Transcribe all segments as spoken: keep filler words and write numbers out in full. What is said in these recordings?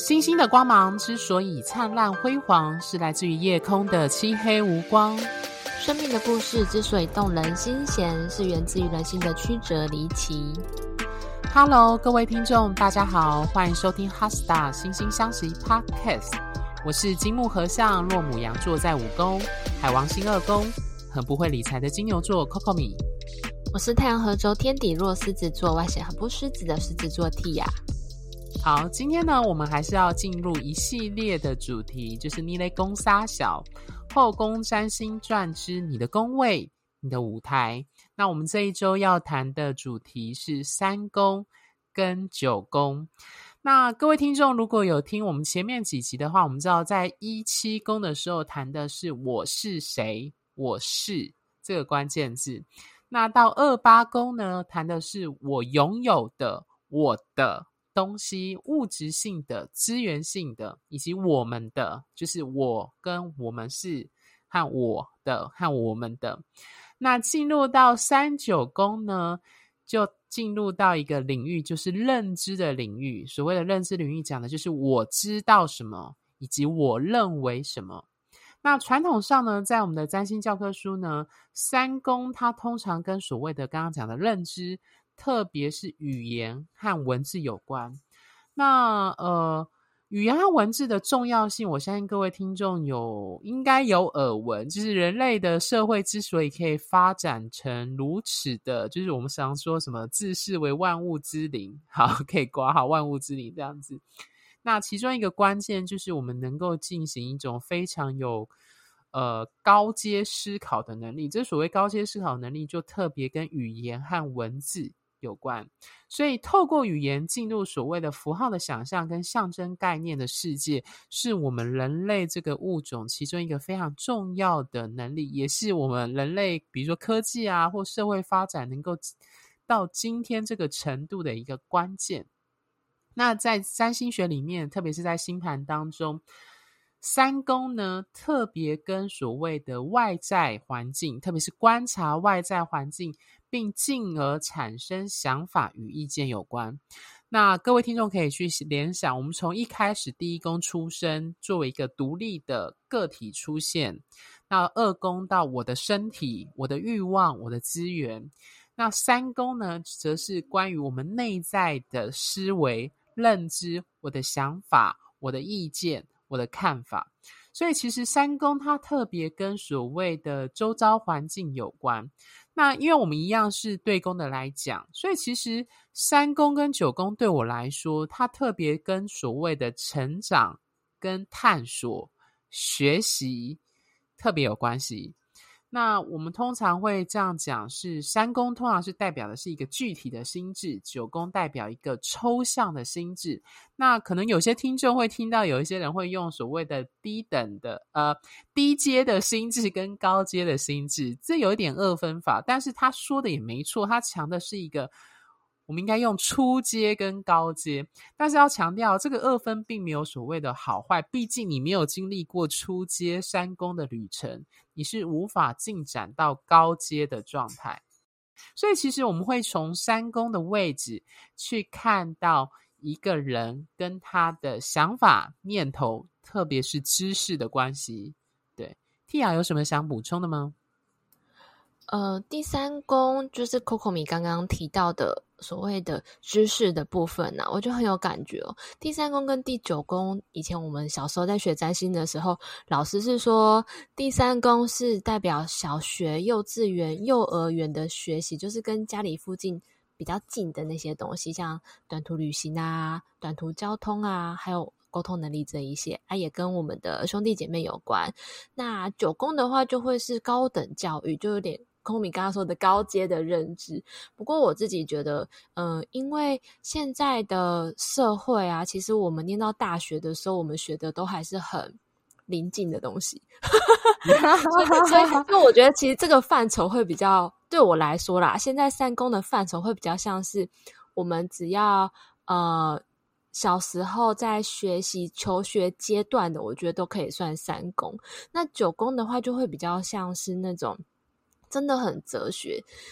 星星的光芒之所以灿烂辉煌，是来自于夜空的漆黑无光。 生命的故事之所以动人心弦，是源自于人心的曲折离奇。 Hello， 各位听众，大家好，欢迎收听 HeartStar 惺惺相惜 Podcast。我是金木合相，落母羊座在五宫，海王星二宫，很不会理财的金牛座 Coco 米。 我是太阳合轴天底落狮子座，外显很不狮子的狮子座 Tia。 好，今天呢，我们还是要进入一系列的主题，就是你的宫杀小后宫占星传之你的宫位，你的舞台。那我们这一周要谈的主题是三宫跟九宫。那各位听众如果有听我们前面几集的话，我们知道在一七宫的时候谈的是我是谁，我是这个关键字。那到二八宫呢，谈的是我拥有的，我的东西，物质性的、资源性的，以及我们的，就是我跟我们是和我的和我们的。那进入到三九宫呢，就进入到一个领域，就是认知的领域。所谓的认知领域讲的就是我知道什么，以及我认为什么。那传统上呢，在我们的占星教科书呢，三宫它通常跟所谓的刚刚讲的认知，特别是语言和文字有关。那呃，语言和文字的重要性，我相信各位听众有应该有耳闻，就是人类的社会之所以可以发展成如此的，就是我们常说什么自视为万物之灵，好，可以括号万物之灵这样子。那其中一个关键就是我们能够进行一种非常有呃高阶思考的能力。这所谓高阶思考能力，就特别跟语言和文字有关。所以透过语言进入所谓的符号的想象跟象征概念的世界，是我们人类这个物种其中一个非常重要的能力，也是我们人类比如说科技啊或社会发展能够到今天这个程度的一个关键。那在占星学里面，特别是在星盘当中，三宫呢特别跟所谓的外在环境，特别是观察外在环境并进而产生想法与意见有关。那各位听众可以去联想，我们从一开始第一宫出生作为一个独立的个体出现，那二宫到我的身体，我的欲望，我的资源。那三宫呢则是关于我们内在的思维认知，我的想法，我的意见，我的看法。所以其实三宫它特别跟所谓的周遭环境有关。那因为我们一样是对宫的来讲，所以其实三宫跟九宫对我来说，它特别跟所谓的成长跟探索学习特别有关系。那我们通常会这样讲，是三宫通常是代表的是一个具体的心智，九宫代表一个抽象的心智。那可能有些听众会听到有一些人会用所谓的低等的呃低阶的心智跟高阶的心智，这有一点二分法，但是他说的也没错，他强的是一个我们应该用初阶跟高阶，但是要强调这个二分并没有所谓的好坏，毕竟你没有经历过初阶三宫的旅程，你是无法进展到高阶的状态。所以其实我们会从三宫的位置去看到一个人跟他的想法念头，特别是知识的关系。对 Tia 有什么想补充的吗？ 呃，第三宫就是 Coco 米刚刚提到的所谓的知识的部分啊，我就很有感觉哦。第三宫跟第九宫，以前我们小时候在学占星的时候，老师是说第三宫是代表小学、幼稚园、幼儿园的学习，就是跟家里附近比较近的那些东西，像短途旅行啊、短途交通啊，还有沟通能力这一些啊，也跟我们的兄弟姐妹有关。那九宫的话就会是高等教育，就有点空米刚刚说的高阶的认知。不过我自己觉得嗯、呃，因为现在的社会啊，其实我们念到大学的时候，我们学的都还是很临近的东西所以所以所以我觉得其实这个范畴会比较，对我来说啦，现在三宫的范畴会比较像是我们只要呃小时候在学习求学阶段的，我觉得都可以算三宫。那九宫的话就会比较像是那种真的很哲学，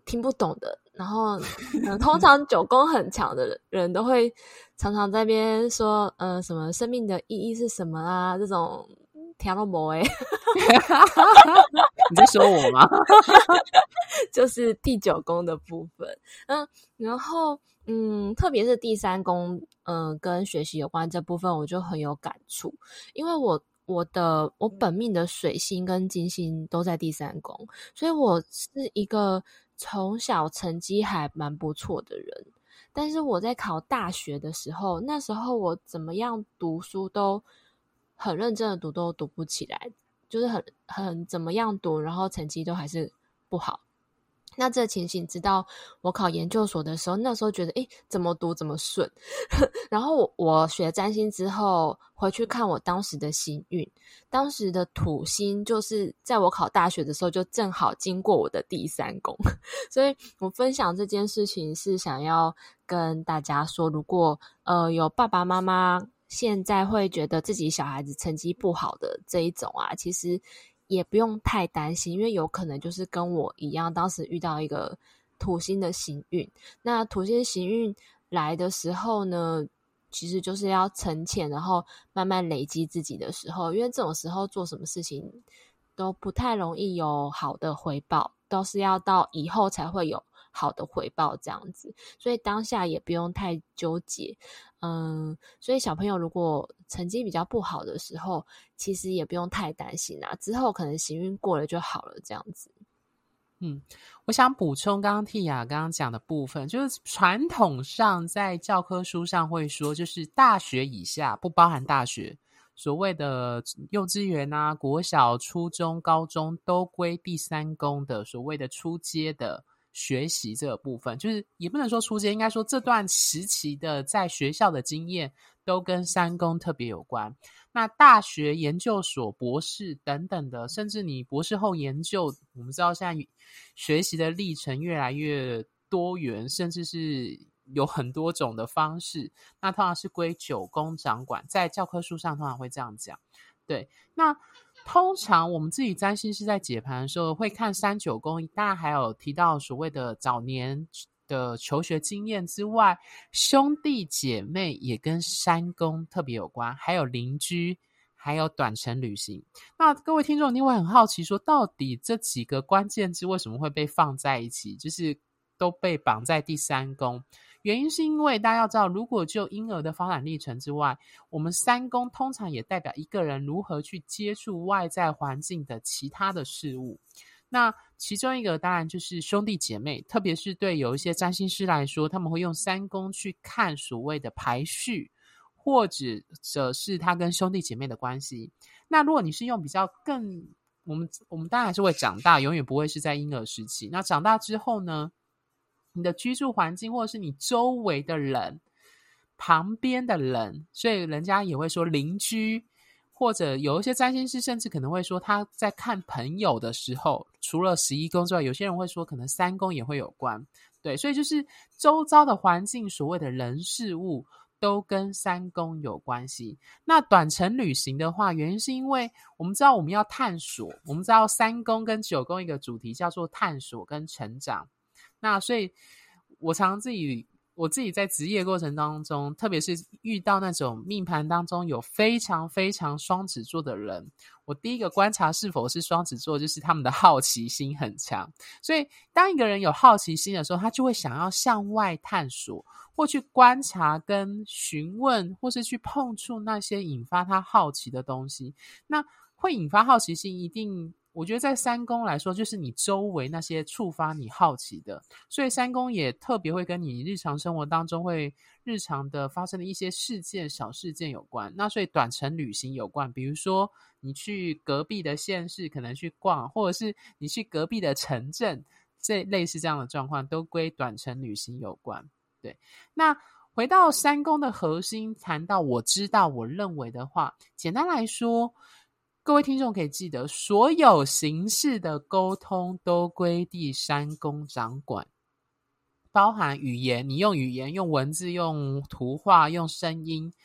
听不懂的，然后、呃、通常九宫很强的人都会常常在那边说呃什么生命的意义是什么啊，这种听都没诶。 你在说我吗？ 就是第九宫的部分。嗯，然后嗯，特别是第三宫，嗯、呃，跟学习有关这部分，我就很有感触，因为我我的我本命的水星跟金星都在第三宫，所以我是一个从小成绩还蛮不错的人。但是我在考大学的时候，那时候我怎么样读书都很认真的读，都读不起来，就是很很怎么样读，然后成绩都还是不好。那这情形直到我考研究所的时候，那时候觉得诶怎么读怎么顺。然后我我学占星之后回去看我当时的星运，当时的土星就是在我考大学的时候就正好经过我的第三宫。所以我分享这件事情是想要跟大家说，如果呃有爸爸妈妈现在会觉得自己小孩子成绩不好的这一种啊，其实也不用太担心，因为有可能就是跟我一样，当时遇到一个土星的行运。那土星行运来的时候呢，其实就是要沉潜，然后慢慢累积自己的时候，因为这种时候做什么事情都不太容易有好的回报，都是要到以后才会有好的回报这样子，所以当下也不用太纠结。嗯，所以小朋友如果成绩比较不好的时候，其实也不用太担心啦，之后可能行运过了就好了这样子。 嗯，我想补充刚刚蒂雅刚刚讲的部分，就是传统上在教科书上会说，就是大学以下不包含大学，所谓的幼稚园啊、国小、初中、高中都归第三宫的所谓的初阶的学习这个部分，就是也不能说初阶，应该说这段时期的在学校的经验都跟三宫特别有关。那大学、研究所、博士等等的，甚至你博士后研究，我们知道现在学习的历程越来越多元，甚至是有很多种的方式，那通常是归九宫掌管，在教科书上通常会这样讲。对，那通常我们自己占星师在解盘的时候会看三九宫，当然还有提到所谓的早年的求学经验之外，兄弟姐妹也跟三宫特别有关，还有邻居，还有短程旅行。那各位听众一定会很好奇说，到底这几个关键字为什么会被放在一起，就是都被绑在第三宫？原因是因为大家要知道，如果就婴儿的发展历程之外，我们三宫通常也代表一个人如何去接触外在环境的其他的事物。那其中一个当然就是兄弟姐妹，特别是对有一些占星师来说，他们会用三宫去看所谓的排序，或者是他跟兄弟姐妹的关系。那如果你是用比较更我们我们当然还是会长大，永远不会是在婴儿时期。那长大之后呢，你的居住环境或者是你周围的人，旁边的人，所以人家也会说邻居，或者有一些占星师甚至可能会说他在看朋友的时候，除了十一宫之外，有些人会说可能三宫也会有关。对，所以就是周遭的环境，所谓的人事物都跟三宫有关系。那短程旅行的话，原因是因为我们知道我们要探索，我们知道三宫跟九宫一个主题叫做探索跟成长。那所以我常自己我自己在职业过程当中，特别是遇到那种命盘当中有非常非常双子座的人，我第一个观察是否是双子座，就是他们的好奇心很强。所以当一个人有好奇心的时候，他就会想要向外探索，或去观察跟询问，或是去碰触那些引发他好奇的东西。那会引发好奇心，一定我觉得在三宫来说，就是你周围那些触发你好奇的，所以三宫也特别会跟你日常生活当中会日常的发生的一些事件、小事件有关。那所以短程旅行有关，比如说你去隔壁的县市可能去逛，或者是你去隔壁的城镇，这类似这样的状况都归短程旅行有关。对，那回到三宫的核心，谈到我知道我认为的话，简单来说，各位听众可以记得，所有形式的沟通都归第三宫掌管，包含语言，你用语言、用文字、用图画、用声音，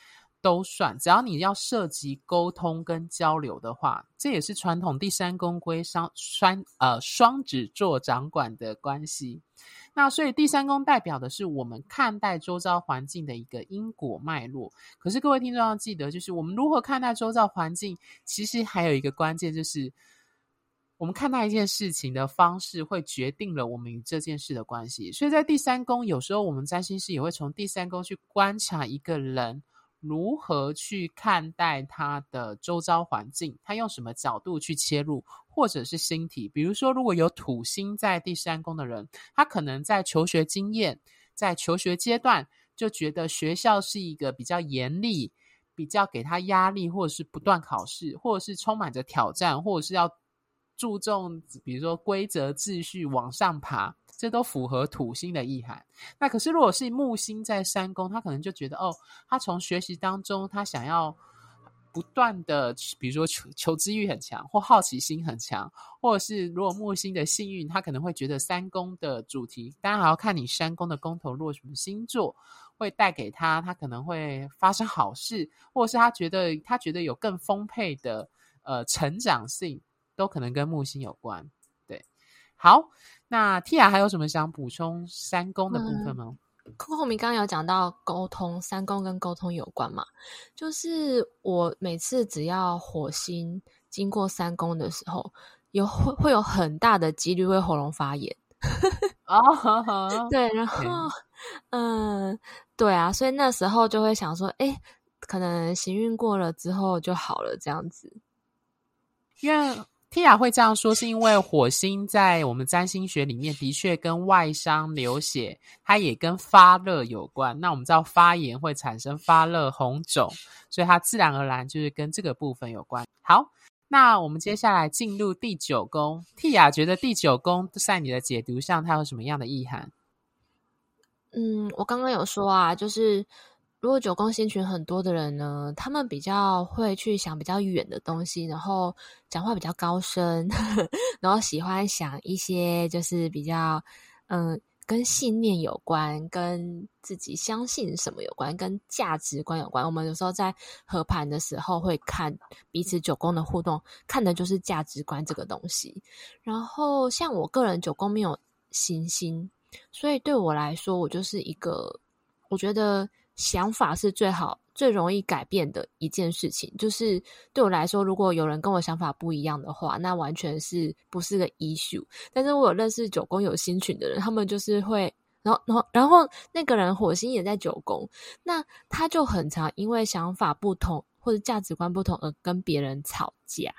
都算，只要你要涉及沟通跟交流的话，这也是传统第三宫归双双呃双子座掌管的关系。那所以第三宫代表的是我们看待周遭环境的一个因果脉络。可是各位听众要记得，就是我们如何看待周遭环境，其实还有一个关键，就是我们看待一件事情的方式会决定了我们与这件事的关系。所以在第三宫，有时候我们占星师也会从第三宫去观察一个人如何去看待他的周遭环境，他用什么角度去切入，或者是星体。比如说如果有土星在第三宫的人，他可能在求学经验，在求学阶段就觉得学校是一个比较严厉，比较给他压力，或者是不断考试，或者是充满着挑战，或者是要注重比如说规则秩序往上爬，这都符合土星的意涵。那可是如果是木星在三宫，他可能就觉得哦，他从学习当中他想要不断的比如说求求知欲很强，或好奇心很强，或者是如果木星的幸运，他可能会觉得三宫的主题，当然还要看你三宫的宫头落什么星座，会带给他他可能会发生好事，或者是他觉得他觉得有更丰沛的呃成长性，都可能跟木星有关。对，好，那 Tia 还有什么想补充三宫的部分吗？ Coco 米刚刚有讲到沟通，三宫跟沟通有关嘛，就是我每次只要火星经过三宫的时候，有会会有很大的几率会喉咙发炎。 哦， 对，然后嗯，对啊，所以那时候就会想说，诶，可能行运过了之后就好了这样子。 因为 Tia 会这样说，是因为火星在我们占星学里面的确跟外伤流血，它也跟发热有关。那我们知道发炎会产生发热红肿，所以它自然而然就是跟这个部分有关。好，那我们接下来进入第九宫。Tia 觉得第九宫在你的解读上它有什么样的意涵？ 嗯，我刚刚有说啊，就是如果九宫星群很多的人呢，他们比较会去想比较远的东西，然后讲话比较高深，然后喜欢想一些就是比较嗯跟信念有关，跟自己相信什么有关，跟价值观有关。我们有时候在合盘的时候会看彼此九宫的互动，看的就是价值观这个东西。然后像我个人九宫没有行星，所以对我来说，我就是一个我觉得想法是最好最容易改变的一件事情。就是对我来说，如果有人跟我想法不一样的话，那完全是不是个 issue。但是我有认识九宫有星群的人，他们就是会然后然后然后那个人火星也在九宫，那他就很常因为想法不同或者价值观不同而跟别人吵架。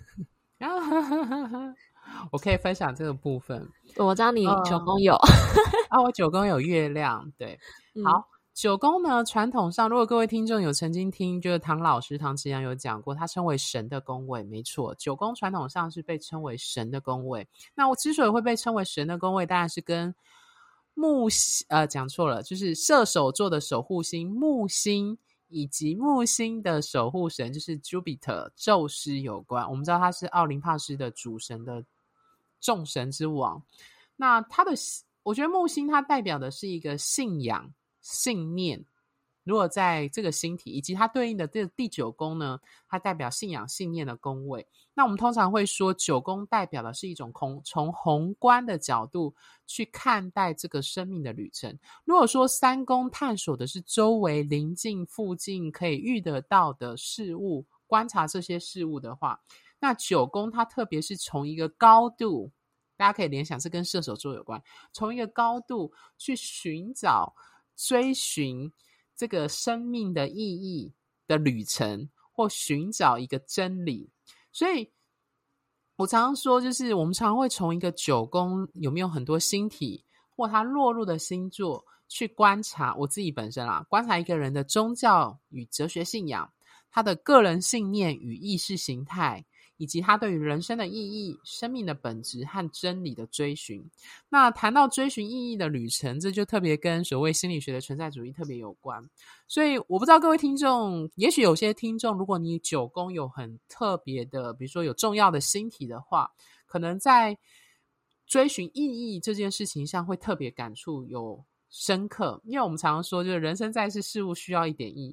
我可以分享这个部分。 我知道你九宫有、 嗯、啊，我九宫有月亮。对，好、嗯，九宫呢，传统上如果各位听众有曾经听就是唐老师唐启阳有讲过，他称为神的宫位。没错，九宫传统上是被称为神的宫位。那我之所以会被称为神的宫位，当然是跟木呃讲错了，就是射手座的守护星木星以及木星的守护神就是 Jupiter 宙斯有关。我们知道他是奥林帕斯的主神的众神之王。那他的我觉得木星它代表的是一个信仰信念，如果在这个星体以及它对应的这个第九宫呢，它代表信仰信念的宫位。那我们通常会说九宫代表的是一种从宏观的角度去看待这个生命的旅程。如果说三宫探索的是周围邻近附近可以遇得到的事物，观察这些事物的话，那九宫它特别是从一个高度，大家可以联想是跟射手座有关，从一个高度去寻找追寻这个生命的意义的旅程，或寻找一个真理。所以我常常说，就是我们常常会从一个九宫有没有很多星体或它落入的星座去观察，我自己本身啦，观察一个人的宗教与哲学信仰，他的个人信念与意识形态，以及他对于人生的意义、生命的本质和真理的追寻。那谈到追寻意义的旅程，这就特别跟所谓心理学的存在主义特别有关。所以我不知道各位听众，也许有些听众，如果你九宫有很特别的，比如说有重要的星体的话，可能在追寻意义这件事情上会特别感触有深刻。因为我们常常说，就是人生在世，事物需要一点意义。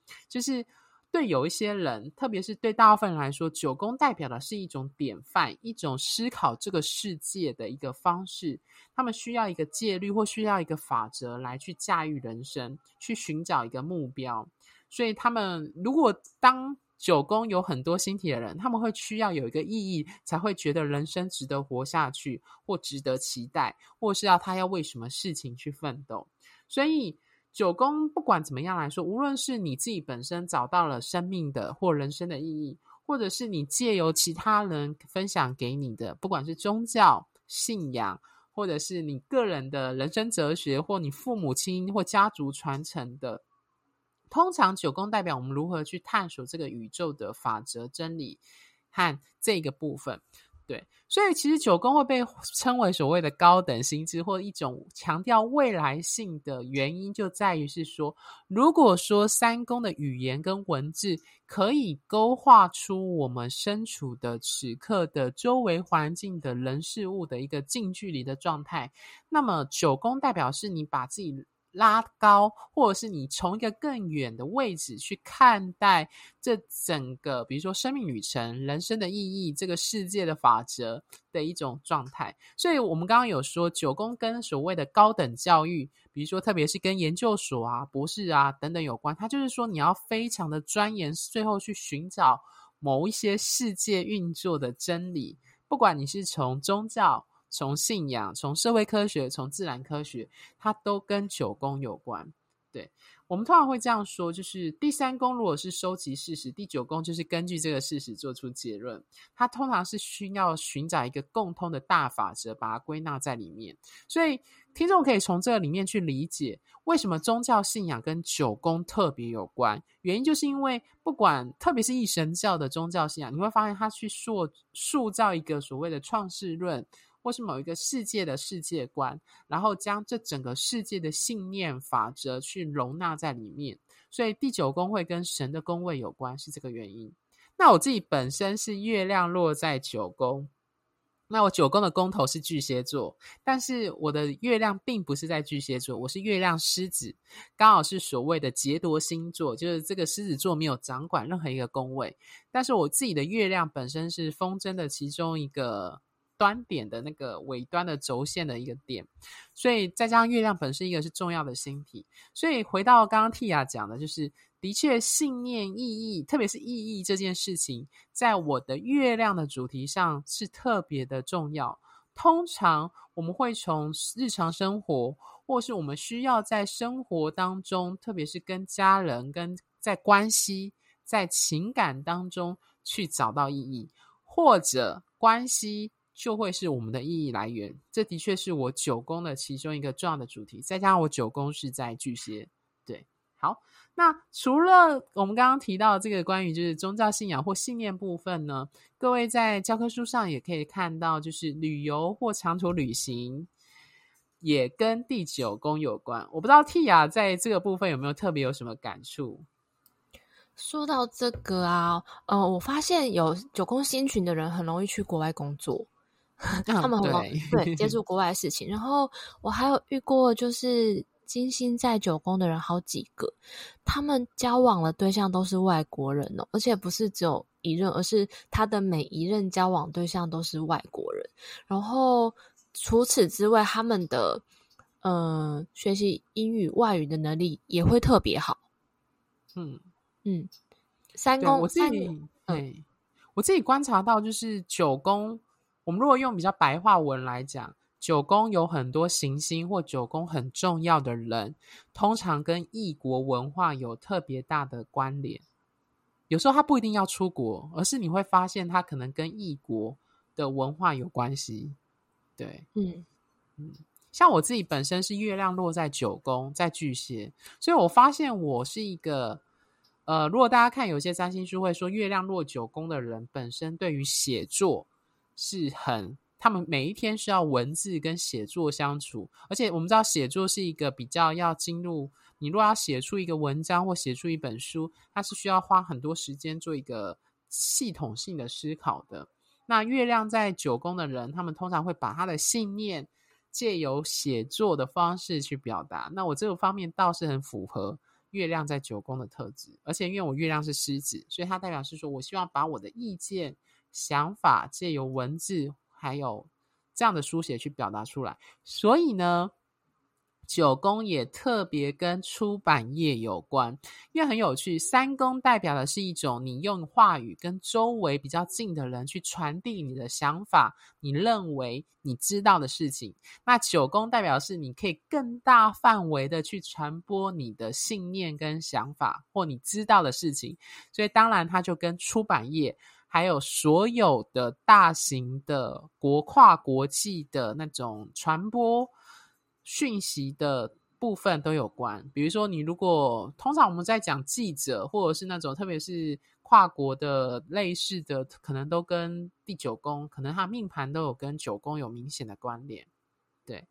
就是对有一些人，特别是对大部分人来说，九宫代表的是一种典范，一种思考这个世界的一个方式。他们需要一个戒律或需要一个法则来去驾驭人生，去寻找一个目标。所以他们如果当九宫有很多星体的人，他们会需要有一个意义，才会觉得人生值得活下去，或值得期待，或是要他要为什么事情去奋斗。所以九宫不管怎么样来说，无论是你自己本身找到了生命的或人生的意义，或者是你借由其他人分享给你的，不管是宗教信仰，或者是你个人的人生哲学，或你父母亲或家族传承的，通常九宫代表我们如何去探索这个宇宙的法则真理和这个部分。对，所以其实九宫会被称为所谓的高等心智，或一种强调未来性的原因，就在于是说，如果说三宫的语言跟文字可以勾画出我们身处的此刻的周围环境的人事物的一个近距离的状态，那么九宫代表是你把自己拉高，或者是你从一个更远的位置去看待这整个比如说生命旅程、人生的意义、这个世界的法则的一种状态。所以我们刚刚有说九宫跟所谓的高等教育，比如说特别是跟研究所啊、博士啊等等有关，它就是说你要非常的钻研，最后去寻找某一些世界运作的真理，不管你是从宗教、从信仰、从社会科学、从自然科学，它都跟九宫有关。对，我们通常会这样说，就是第三宫如果是收集事实，第九宫就是根据这个事实做出结论。它通常是需要寻找一个共通的大法则，把它归纳在里面。所以听众可以从这个里面去理解为什么宗教信仰跟九宫特别有关。原因就是因为不管特别是一神教的宗教信仰，你会发现它去塑塑造一个所谓的创世论，或是某一个世界的世界观，然后将这整个世界的信念法则去容纳在里面。所以第九宫会跟神的宫位有关，是这个原因。那我自己本身是月亮落在九宫，那我九宫的宫头是巨蟹座，但是我的月亮并不是在巨蟹座，我是月亮狮子，刚好是所谓的劫夺星座，就是这个狮子座没有掌管任何一个宫位，但是我自己的月亮本身是风筝的其中一个端点的那个尾端的轴线的一个点，所以再加上月亮本身一个是重要的星体，所以回到刚刚 Tia 讲的，就是的确信念意义，特别是意义这件事情，在我的月亮的主题上是特别的重要。通常我们会从日常生活，或是我们需要在生活当中，特别是跟家人、跟在关系、在情感当中去找到意义，或者关系就会是我们的意义来源。这的确是我九宫的其中一个重要的主题，再加上我九宫是在巨蟹。对，好，那除了我们刚刚提到这个关于就是宗教信仰或信念部分呢，各位在教科书上也可以看到，就是旅游或长途旅行也跟第九宫有关。我不知道 Tia 在这个部分有没有特别有什么感触？ 说到这个啊，呃，我发现有九宫星群的人很容易去国外工作，他们很容易、 对对接触国外的事情。然后我还有遇过就是金星在九宫的人好几个，他们交往的对象都是外国人哦，而且不是只有一任，而是他的每一任交往对象都是外国人。然后除此之外，他们的呃学习英语外语的能力也会特别好。 嗯嗯，三对， 宫我自己对、嗯、我自己观察到，就是九宫，我们如果用比较白话文来讲，九宫有很多行星或九宫很重要的人，通常跟异国文化有特别大的关联。有时候他不一定要出国，而是你会发现他可能跟异国的文化有关系。对， 嗯嗯，像我自己本身是月亮落在九宫，在巨蟹，所以我发现我是一个呃，如果大家看有些占星书会说月亮落九宫的人本身对于写作是很，他们每一天需要文字跟写作相处，而且我们知道写作是一个比较要进入，你如果要写出一个文章或写出一本书，它是需要花很多时间做一个系统性的思考的。那月亮在九宫的人，他们通常会把他的信念借由写作的方式去表达，那我这个方面倒是很符合月亮在九宫的特质，而且因为我月亮是狮子，所以它代表是说我希望把我的意见想法借由文字还有这样的书写去表达出来。所以呢九宫也特别跟出版业有关，因为很有趣，三宫代表的是一种你用话语跟周围比较近的人去传递你的想法，你认为你知道的事情。那九宫代表的是你可以更大范围的去传播你的信念跟想法或你知道的事情，所以当然它就跟出版业还有所有的大型的国跨国际的那种传播讯息的部分都有关。比如说你如果通常我们在讲记者或者是那种特别是跨国的类似的，可能都跟第九宫，可能他命盘都有跟九宫有明显的关联。对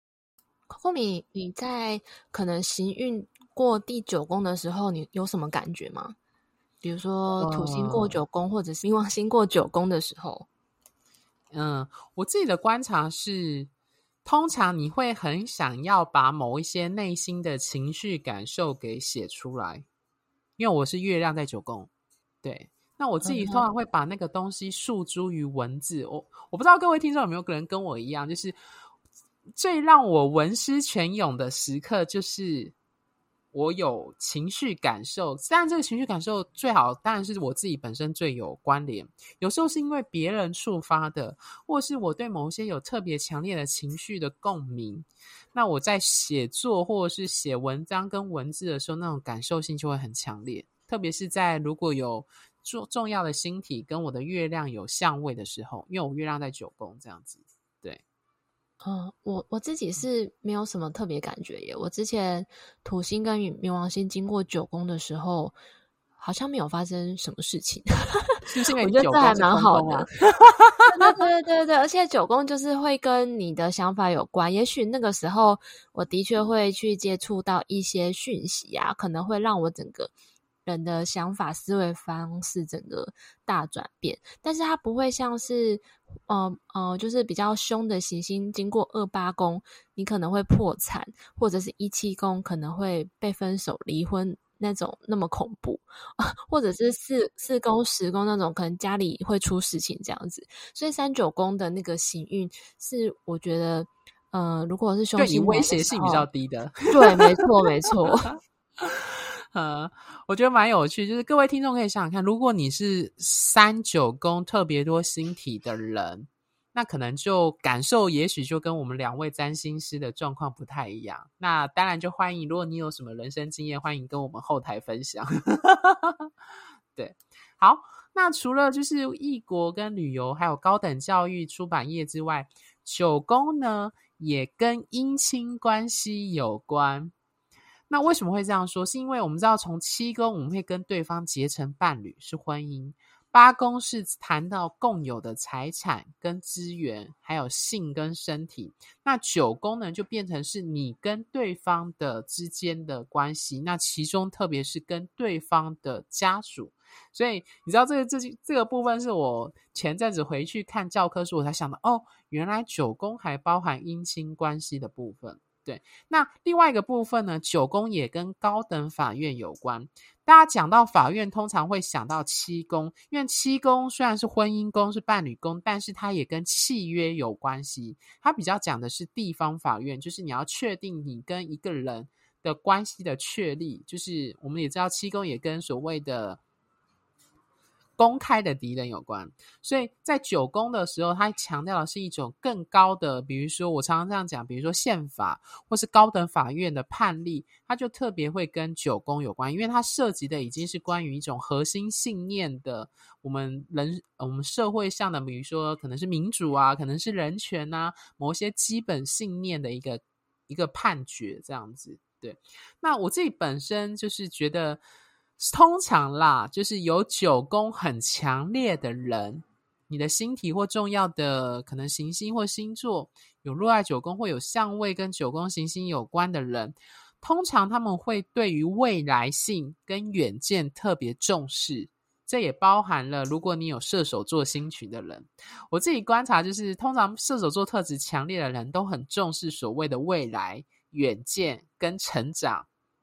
Coco 米，你在可能行运过第九宫的时候，你有什么感觉吗？比如说土星过九宫、呃、或者是冥王星过九宫的时候。 嗯，我自己的观察是通常你会很想要把某一些内心的情绪感受给写出来，因为我是月亮在九宫，对，那我自己通常会把那个东西诉诸于文字。我我不知道各位听众有没有人跟我一样，就是最让我文思泉涌的时刻就是我有情绪感受，当然这个情绪感受最好当然是我自己本身最有关联，有时候是因为别人触发的，或是我对某些有特别强烈的情绪的共鸣，那我在写作或者是写文章跟文字的时候，那种感受性就会很强烈，特别是在如果有重要的星体跟我的月亮有相位的时候，因为我月亮在九宫这样子。对， 嗯，我我自己是没有什么特别感觉耶。我之前土星跟冥王星经过九宫的时候，好像没有发生什么事情。 是不是因为我觉得这还蛮好的。 啊、 对对对对，而且九宫就是会跟你的想法有关。也许那个时候我的确会去接触到一些讯息啊，可能会让我整个人的想法思维方式整个大转变，但是它不会像是呃呃，就是比较凶的行星经过二八宫你可能会破产，或者是一七宫可能会被分手离婚那种那么恐怖，或者是四四宫十宫那种可能家里会出事情这样子。所以三九宫的那个行运是我觉得呃，如果是凶星对你威胁性比较低的。 对，没错没错。 呃，我觉得蛮有趣，就是各位听众可以想想看，如果你是三九宫特别多星体的人，那可能就感受也许就跟我们两位占星师的状况不太一样。那当然就欢迎，如果你有什么人生经验，欢迎跟我们后台分享。对，好，那除了就是异国跟旅游还有高等教育出版业之外，九宫呢也跟姻亲关系有关。那为什么会这样说？是因为我们知道从七宫我们会跟对方结成伴侣，是婚姻，八宫是谈到共有的财产跟资源还有性跟身体，那九宫呢就变成是你跟对方的之间的关系，那其中特别是跟对方的家属。所以你知道这个这这个部分是我前阵子回去看教科书我才想到，哦，原来九宫还包含姻亲关系的部分。对，那另外一个部分呢，九宫也跟高等法院有关。大家讲到法院通常会想到七宫，因为七宫虽然是婚姻宫是伴侣宫，但是它也跟契约有关系，它比较讲的是地方法院，就是你要确定你跟一个人的关系的确立，就是我们也知道七宫也跟所谓的公开的敌人有关，所以在九宫的时候他强调的是一种更高的，比如说我常常这样讲，比如说宪法或是高等法院的判例，它就特别会跟九宫有关，因为它涉及的已经是关于一种核心信念的，我们人我们社会上的，比如说可能是民主啊，可能是人权啊，某些基本信念的一个一个判决这样子。对，那我自己本身就是觉得通常啦，就是有九宫很强烈的人，你的星体或重要的可能行星或星座有落在九宫或有相位跟九宫行星有关的人，通常他们会对于未来性跟远见特别重视，这也包含了如果你有射手座星群的人，我自己观察就是通常射手座特质强烈的人都很重视所谓的未来远见跟成长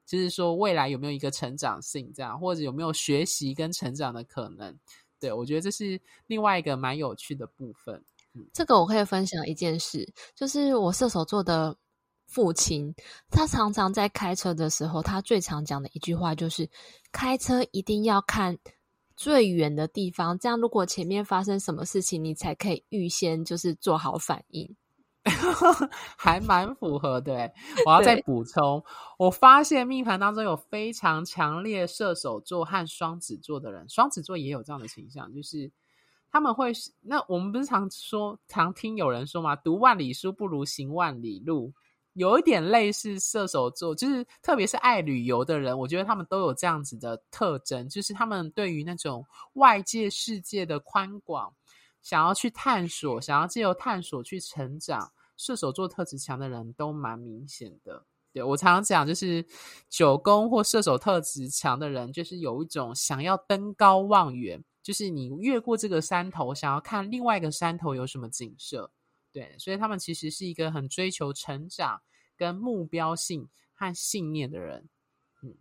就是说未来有没有一个成长性这样，或者有没有学习跟成长的可能。对，我觉得这是另外一个蛮有趣的部分。嗯、 这个我可以分享一件事，就是我射手座的父亲，他常常在开车的时候，他最常讲的一句话就是开车一定要看最远的地方，这样如果前面发生什么事情，你才可以预先就是做好反应。 还蛮符合的耶。我要再补充，我发现命盘当中有非常强烈射手座和双子座的人，双子座也有这样的倾向，就是他们会，那我们不是常说常听有人说嘛，读万里书不如行万里路，有一点类似射手座，就是特别是爱旅游的人，我觉得他们都有这样子的特征，就是他们对于那种外界世界的宽广，想要去探索，想要藉由探索去成长，射手座特质强的人都蛮明显的。对，我常常讲，就是九宫或射手特质强的人，就是有一种想要登高望远，就是你越过这个山头，想要看另外一个山头有什么景色。对，所以他们其实是一个很追求成长跟目标性和信念的人。嗯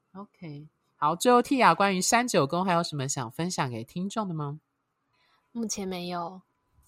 OK， 好，最后 Tia 关于三九宫还有什么想分享给听众的吗？ 目前没有。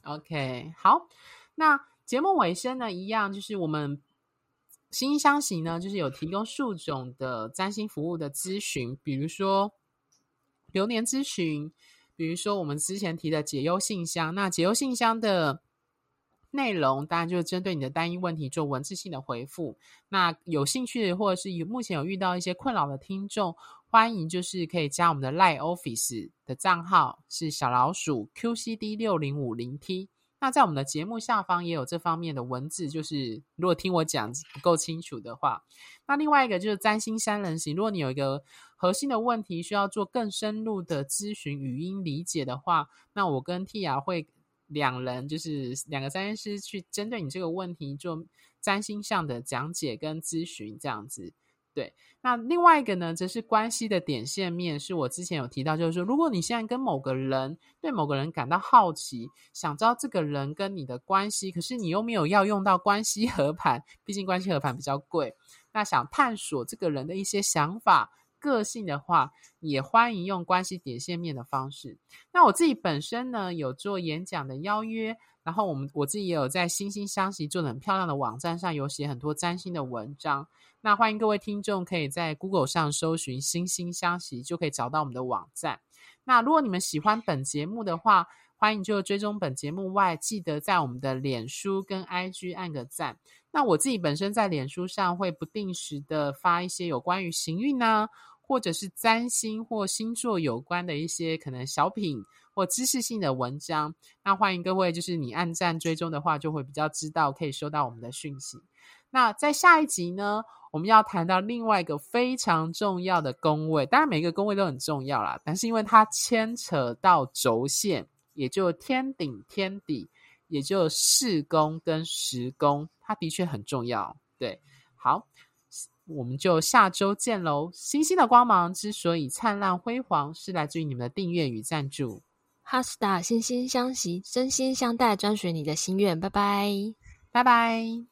OK， 好，那节目尾声呢，一样就是我们心星相惜呢，就是有提供数种的占星服务的咨询，比如说流年咨询，比如说我们之前提的解忧信箱。那解忧信箱的内容当然就是针对你的单一问题做文字性的回复。那有兴趣或者是有目前有遇到一些困扰的听众，欢迎就是可以加我们的 Line Office 的账号是小老鼠 Q C D 六零五零 T。那在我们的节目下方也有这方面的文字，就是如果听我讲不够清楚的话。那另外一个就是占星三人行，如果你有一个核心的问题需要做更深入的咨询语音理解的话，那我跟 Tia 会两人就是两个占星师去针对你这个问题做占星上的讲解跟咨询这样子。对，那另外一个呢，则是关系的点线面，是我之前有提到，就是说如果你现在跟某个人对某个人感到好奇，想知道这个人跟你的关系，可是你又没有要用到关系合盘，毕竟关系合盘比较贵，那想探索这个人的一些想法个性的话，也欢迎用关系点线面的方式。那我自己本身呢有做演讲的邀约，然后我们我自己也有在心星相惜做的很漂亮的网站上有写很多占星的文章，那欢迎各位听众可以在 Google 上搜寻心星相惜，就可以找到我们的网站。那如果你们喜欢本节目的话，欢迎就追踪本节目外，记得在我们的脸书跟 I G 按个赞。那我自己本身在脸书上会不定时的发一些有关于行运啊，或者是占星或星座有关的一些可能小品或知识性的文章，那欢迎各位就是你按赞追踪的话，就会比较知道可以收到我们的讯息。那在下一集呢，我们要谈到另外一个非常重要的宫位，当然每个宫位都很重要啦，但是因为它牵扯到轴线，也就天顶天底，也就四宫跟十宫，它的确很重要。对，好，我们就下周见咯。星星的光芒之所以灿烂辉煌，是来自于你们的订阅与赞助。 哈斯塔心心相惜，真心相待，专属你的心愿。拜拜， 拜拜。